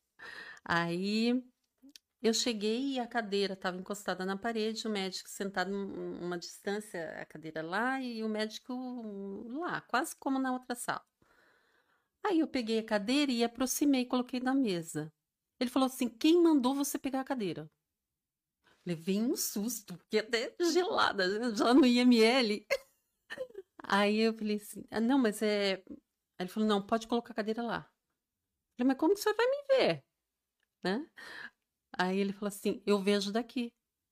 Aí eu cheguei e a cadeira estava encostada na parede, o médico sentado uma distância, a cadeira lá e o médico lá, quase como na outra sala. Aí eu peguei a cadeira e aproximei e coloquei na mesa. Ele falou assim: quem mandou você pegar a cadeira? Levei um susto, fiquei até gelada, né, já no IML. Aí eu falei assim: ah, não, mas é. Aí ele falou: não, pode colocar a cadeira lá. Eu falei: mas como que você vai me ver? Né? Aí ele falou assim: eu vejo daqui.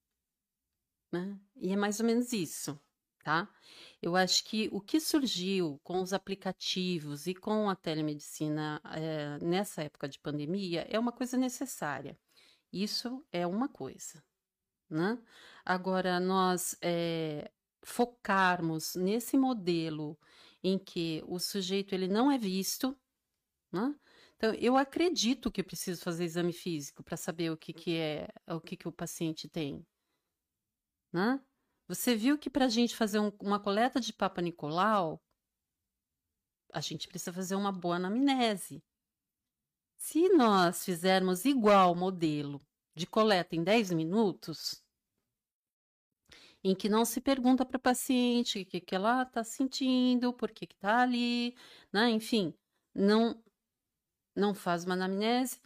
Né? E é mais ou menos isso, tá? Eu acho que o que surgiu com os aplicativos e com a telemedicina nessa época de pandemia é uma coisa necessária. Isso é uma coisa, né? Agora, nós focarmos nesse modelo em que o sujeito ele não é visto, né? Então, eu acredito que preciso fazer exame físico para saber o que é, o que o paciente tem, né? Você viu que para a gente fazer uma coleta de Papa Nicolau, a gente precisa fazer uma boa anamnese. Se nós fizermos igual modelo de coleta em 10 minutos, em que não se pergunta para a paciente o que ela está sentindo, por que está ali, né? Enfim, não faz uma anamnese,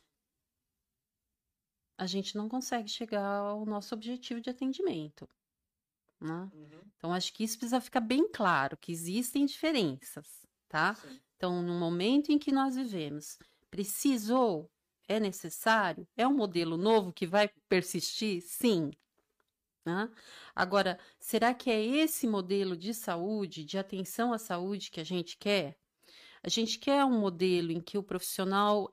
a gente não consegue chegar ao nosso objetivo de atendimento, né? Então, acho que isso precisa ficar bem claro, que existem diferenças, tá? Sim. Então, no momento em que nós vivemos, precisou, é necessário, é um modelo novo que vai persistir? Sim. Né? Agora, será que é esse modelo de saúde, de atenção à saúde que a gente quer? A gente quer um modelo em que o profissional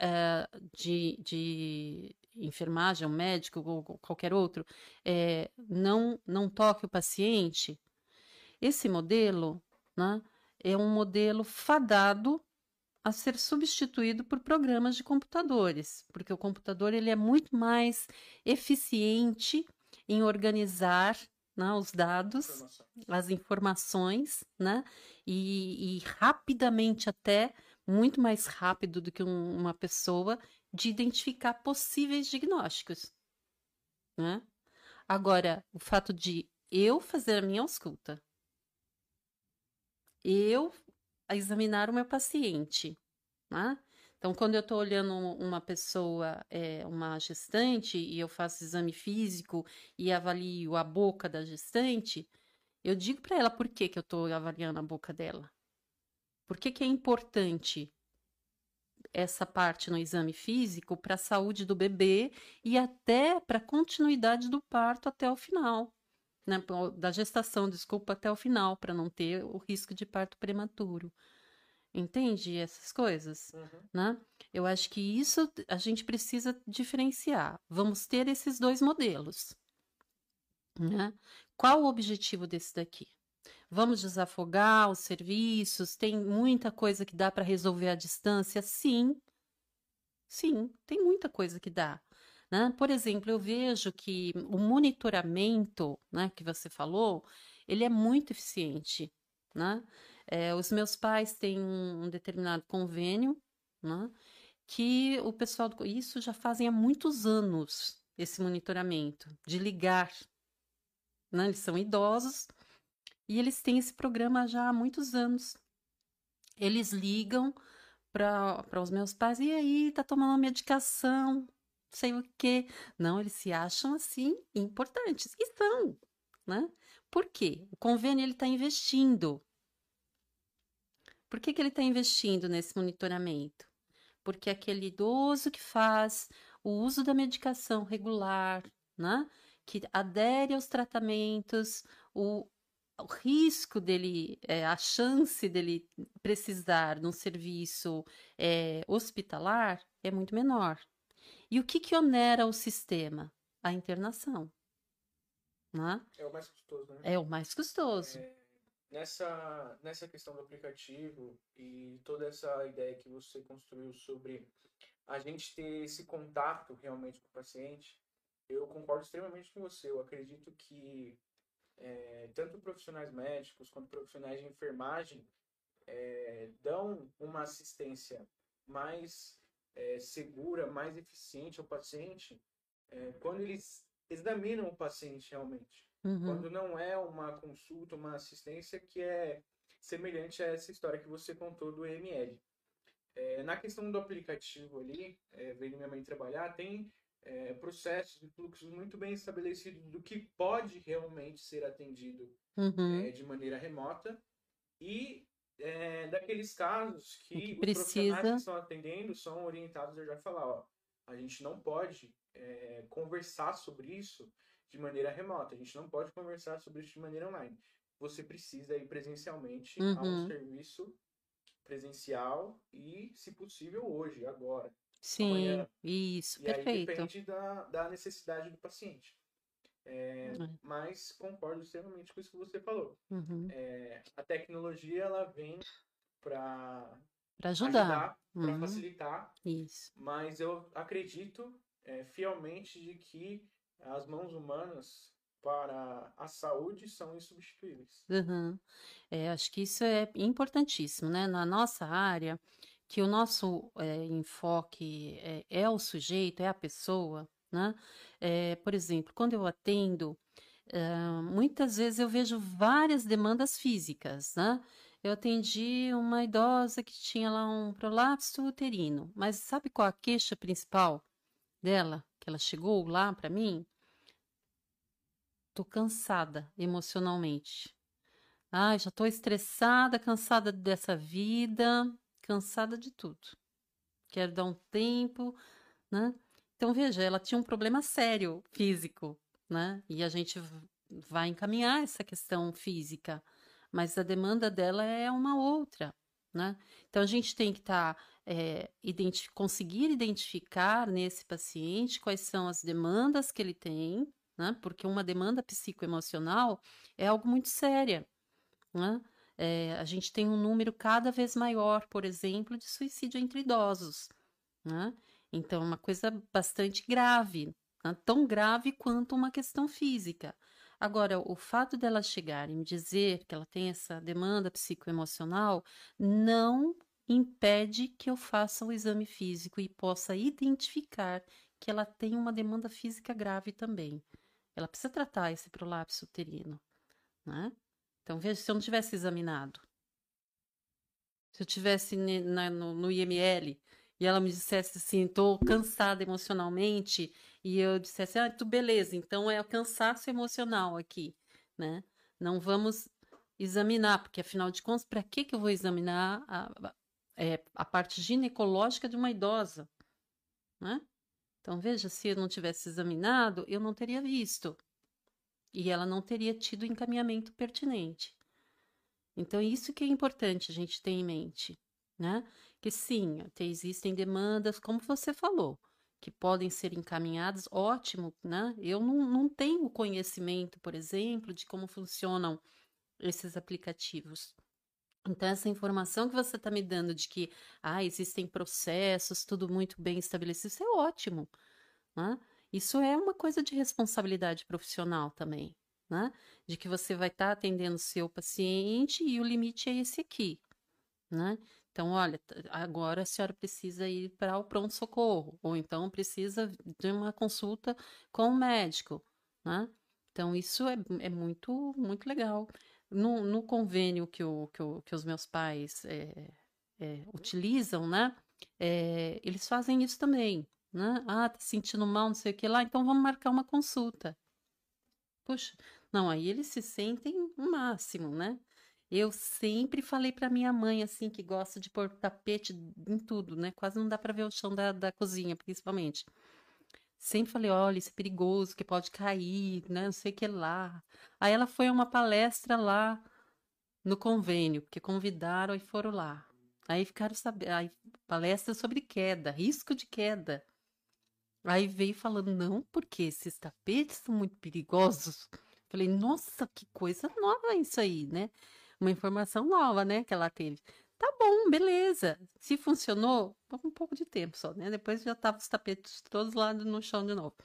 de enfermagem, um médico ou qualquer outro, não toque o paciente? Esse modelo, né, é um modelo fadado a ser substituído por programas de computadores, porque o computador ele é muito mais eficiente em organizar, né, os dados, as informações, né, e rapidamente até, muito mais rápido do que uma pessoa, de identificar possíveis diagnósticos, né? Agora, o fato de eu fazer a minha ausculta, eu examinar o meu paciente, né? Então, quando eu estou olhando uma pessoa, uma gestante, e eu faço exame físico e avalio a boca da gestante, eu digo para ela por que eu estou avaliando a boca dela. Por que é importante essa parte no exame físico para a saúde do bebê e até para a continuidade do parto até o final, né? Da gestação, desculpa, até o final, para não ter o risco de parto prematuro. Entende essas coisas? Né? Eu acho que isso a gente precisa diferenciar. Vamos ter esses dois modelos. Né? Qual o objetivo desse daqui? Vamos desafogar os serviços? Tem muita coisa que dá para resolver à distância? Sim, sim, tem muita coisa que dá. Né? Por exemplo, eu vejo que o monitoramento, né, que você falou, ele é muito eficiente. Né? Os meus pais têm um determinado convênio, né, que o pessoal isso já fazem há muitos anos, esse monitoramento, de ligar. Né? Eles são idosos e eles têm esse programa já há muitos anos. eles ligam para os meus pais, e aí, tá tomando medicação, sei o quê. Não, eles se acham, assim, importantes. E são, né? Por quê? O convênio, ele está investindo. Por que que ele está investindo nesse monitoramento? Porque aquele idoso que faz o uso da medicação regular, né? Que adere aos tratamentos, o, o risco dele, a chance dele precisar de um serviço hospitalar é muito menor. E o que que onera o sistema? A internação, né? É o mais custoso, né? É o mais custoso. Nessa questão do aplicativo e toda essa ideia que você construiu sobre a gente ter esse contato realmente com o paciente, eu concordo extremamente com você. Eu acredito que tanto profissionais médicos quanto profissionais de enfermagem dão uma assistência mais segura, mais eficiente ao paciente quando eles examinam o paciente realmente. Uhum, Quando não é uma consulta, uma assistência que é semelhante a essa história que você contou do EML. Na questão do aplicativo ali, vendo minha mãe trabalhar, tem processos e fluxos muito bem estabelecidos do que pode realmente ser atendido uhum. de maneira remota e daqueles casos O que que os profissionais que precisa. estão atendendo são orientados a já falar, ó, a gente não pode conversar sobre isso de maneira remota, a gente não pode conversar sobre isso de maneira online. Você precisa ir presencialmente a um Uhum. serviço presencial e, se possível, hoje, agora, Sim, amanhã. isso, E aí perfeito. depende da necessidade do paciente. É, Mas concordo extremamente com isso que você falou. uhum. A tecnologia ela vem para Para ajudar. ajudar, para Uhum. facilitar, Isso. mas eu acredito fielmente de que as mãos humanas para a saúde são insubstituíveis. Uhum. Acho que isso é importantíssimo, né? Na nossa área, que o nosso enfoque é o sujeito, é a pessoa, né? Por exemplo, quando eu atendo, muitas vezes eu vejo várias demandas físicas, né? Eu atendi uma idosa que tinha lá um prolapso uterino, mas sabe qual a queixa principal dela? Que ela chegou lá para mim? Tô cansada emocionalmente. Ai, já tô estressada, cansada dessa vida, cansada de tudo. Quero dar um tempo, né? Então, veja, ela tinha um problema sério físico, né? E a gente vai encaminhar essa questão física, mas a demanda dela é uma outra, né? Então, a gente tem que estar, conseguir identificar nesse paciente quais são as demandas que ele tem, né? Porque uma demanda psicoemocional é algo muito séria, né? A gente tem um número cada vez maior, por exemplo, de suicídio entre idosos, né? Então, é uma coisa bastante grave, né? Tão grave quanto uma questão física. Agora, o fato dela chegar e me dizer que ela tem essa demanda psicoemocional não impede que eu faça o exame físico e possa identificar que ela tem uma demanda física grave também. Ela precisa tratar esse prolapso uterino, né? Então, veja, se eu não tivesse examinado, se eu tivesse no IML e ela me dissesse assim, estou cansada emocionalmente, e eu dissesse, ah, tu beleza, então é o cansaço emocional aqui, né? Não vamos examinar, porque afinal de contas, para que que eu vou examinar a parte ginecológica de uma idosa, né? Então, veja, se eu não tivesse examinado, eu não teria visto, e ela não teria tido o encaminhamento pertinente. Então, isso que é importante a gente ter em mente, né? Que sim, existem demandas, como você falou, que podem ser encaminhadas, ótimo, né? Eu não tenho conhecimento, por exemplo, de como funcionam esses aplicativos. Então, essa informação que você está me dando de que existem processos, tudo muito bem estabelecido, isso é ótimo, né? Isso é uma coisa de responsabilidade profissional também, né? De que você vai estar atendendo o seu paciente e o limite é esse aqui, né? Então, olha, agora a senhora precisa ir para o pronto-socorro, ou então precisa de uma consulta com o médico, né? Então, isso é muito, muito legal. No convênio que os meus pais utilizam, né? Eles fazem isso também, né? Ah, tá sentindo mal, não sei o que lá, então vamos marcar uma consulta. Puxa, não, aí eles se sentem o máximo, né? Eu sempre falei para minha mãe, assim, que gosta de pôr tapete em tudo, né? Quase não dá para ver o chão da cozinha, principalmente. Sempre falei, olha, isso é perigoso, que pode cair, né? Não sei o que lá. Aí ela foi a uma palestra lá no convênio, porque convidaram e foram lá. Aí ficaram sabendo, aí, palestra sobre queda, risco de queda. Aí veio falando, não, porque esses tapetes são muito perigosos. Falei, nossa, que coisa nova isso aí, né? Uma informação nova, né, que ela teve. Tá bom, beleza. Se funcionou, um pouco de tempo só, né? Depois já estavam os tapetes todos lá no chão de novo.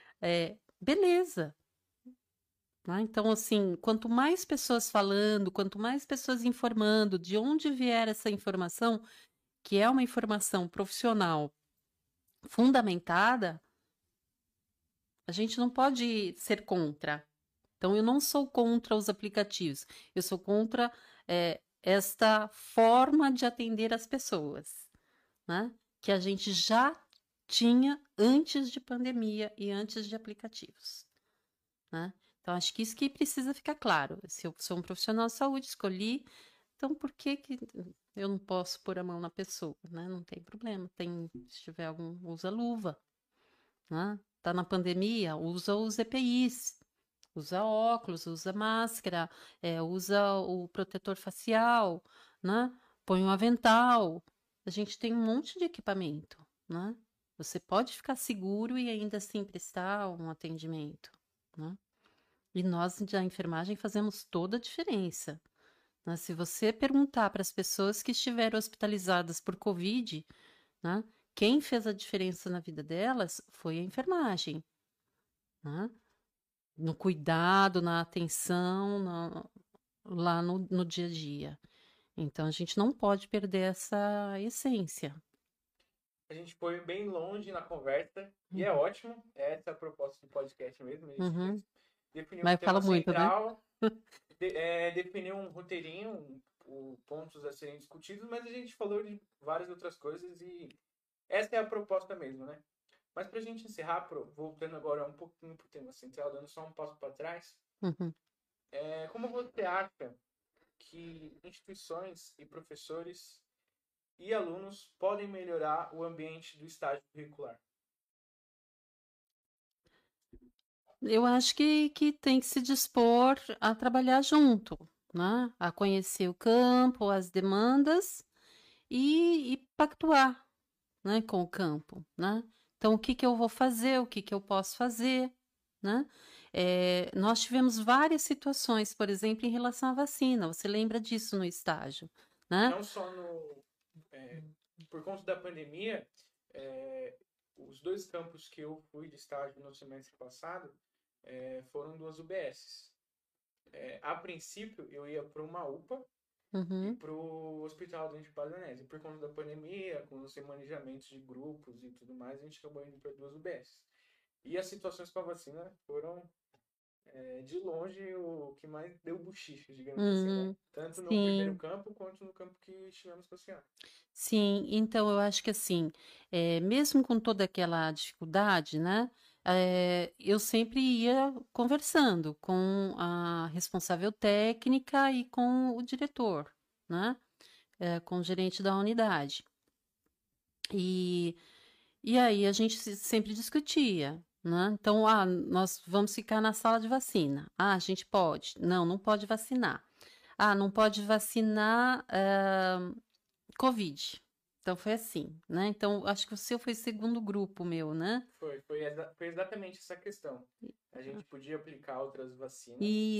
Beleza. Né? Então, assim, quanto mais pessoas falando, quanto mais pessoas informando de onde vier essa informação, que é uma informação profissional fundamentada, a gente não pode ser contra. Então, eu não sou contra os aplicativos, eu sou contra esta forma de atender as pessoas, né? Que a gente já tinha antes de pandemia e antes de aplicativos, né? Então, acho que isso que precisa ficar claro. Se eu sou um profissional de saúde, escolhi, então por que eu não posso pôr a mão na pessoa, né? Não tem problema. Se tiver algum, usa luva, né? Tá na pandemia, usa os EPIs, usa óculos, usa máscara, usa o protetor facial, né? Põe um avental. A gente tem um monte de equipamento, né? Você pode ficar seguro e ainda assim prestar um atendimento, né? E nós da enfermagem fazemos toda a diferença, né? Se você perguntar para as pessoas que estiveram hospitalizadas por Covid, né? Quem fez a diferença na vida delas foi a enfermagem, né? No cuidado, na atenção, lá no dia a dia. Então, a gente não pode perder essa essência. A gente foi bem longe na conversa e é ótimo. Essa é a proposta do podcast mesmo. A gente definiu um Mas tema fala muito, né? central, definiu um roteirinho, pontos a serem discutidos, mas a gente falou de várias outras coisas e essa é a proposta mesmo, né? Mas para a gente encerrar, voltando agora um pouquinho para o tema central, dando só um passo para trás, como você acha que instituições e professores e alunos podem melhorar o ambiente do estágio curricular? Eu acho que tem que se dispor a trabalhar junto, né? A conhecer o campo, as demandas e pactuar, né, com o campo, né? Então, o que que eu vou fazer, o que que eu posso fazer, né? Nós tivemos várias situações, por exemplo, em relação à vacina. Você lembra disso no estágio, né? Não só por conta da pandemia, os dois campos que eu fui de estágio no semestre passado foram duas UBSs. A princípio, eu ia para uma UPA e para o Hospital Dente Paranense. Por conta da pandemia, com os remanejamentos de grupos e tudo mais, a gente acabou indo para duas UBSs. E as situações com a vacina foram, de longe, o que mais deu bochicho, digamos assim, né? Tanto no primeiro campo, quanto no campo que estivemos com a senhora. Sim, então eu acho que assim, mesmo com toda aquela dificuldade, né? Eu sempre ia conversando com a responsável técnica e com o diretor, né? Com o gerente da unidade. E aí a gente sempre discutia, né? Então, nós vamos ficar na sala de vacina. A gente pode? Não, não pode vacinar. Não pode vacinar Covid. Então foi assim, né? Então acho que o seu foi o segundo grupo meu, né? Foi exatamente essa questão. A gente podia aplicar outras vacinas. E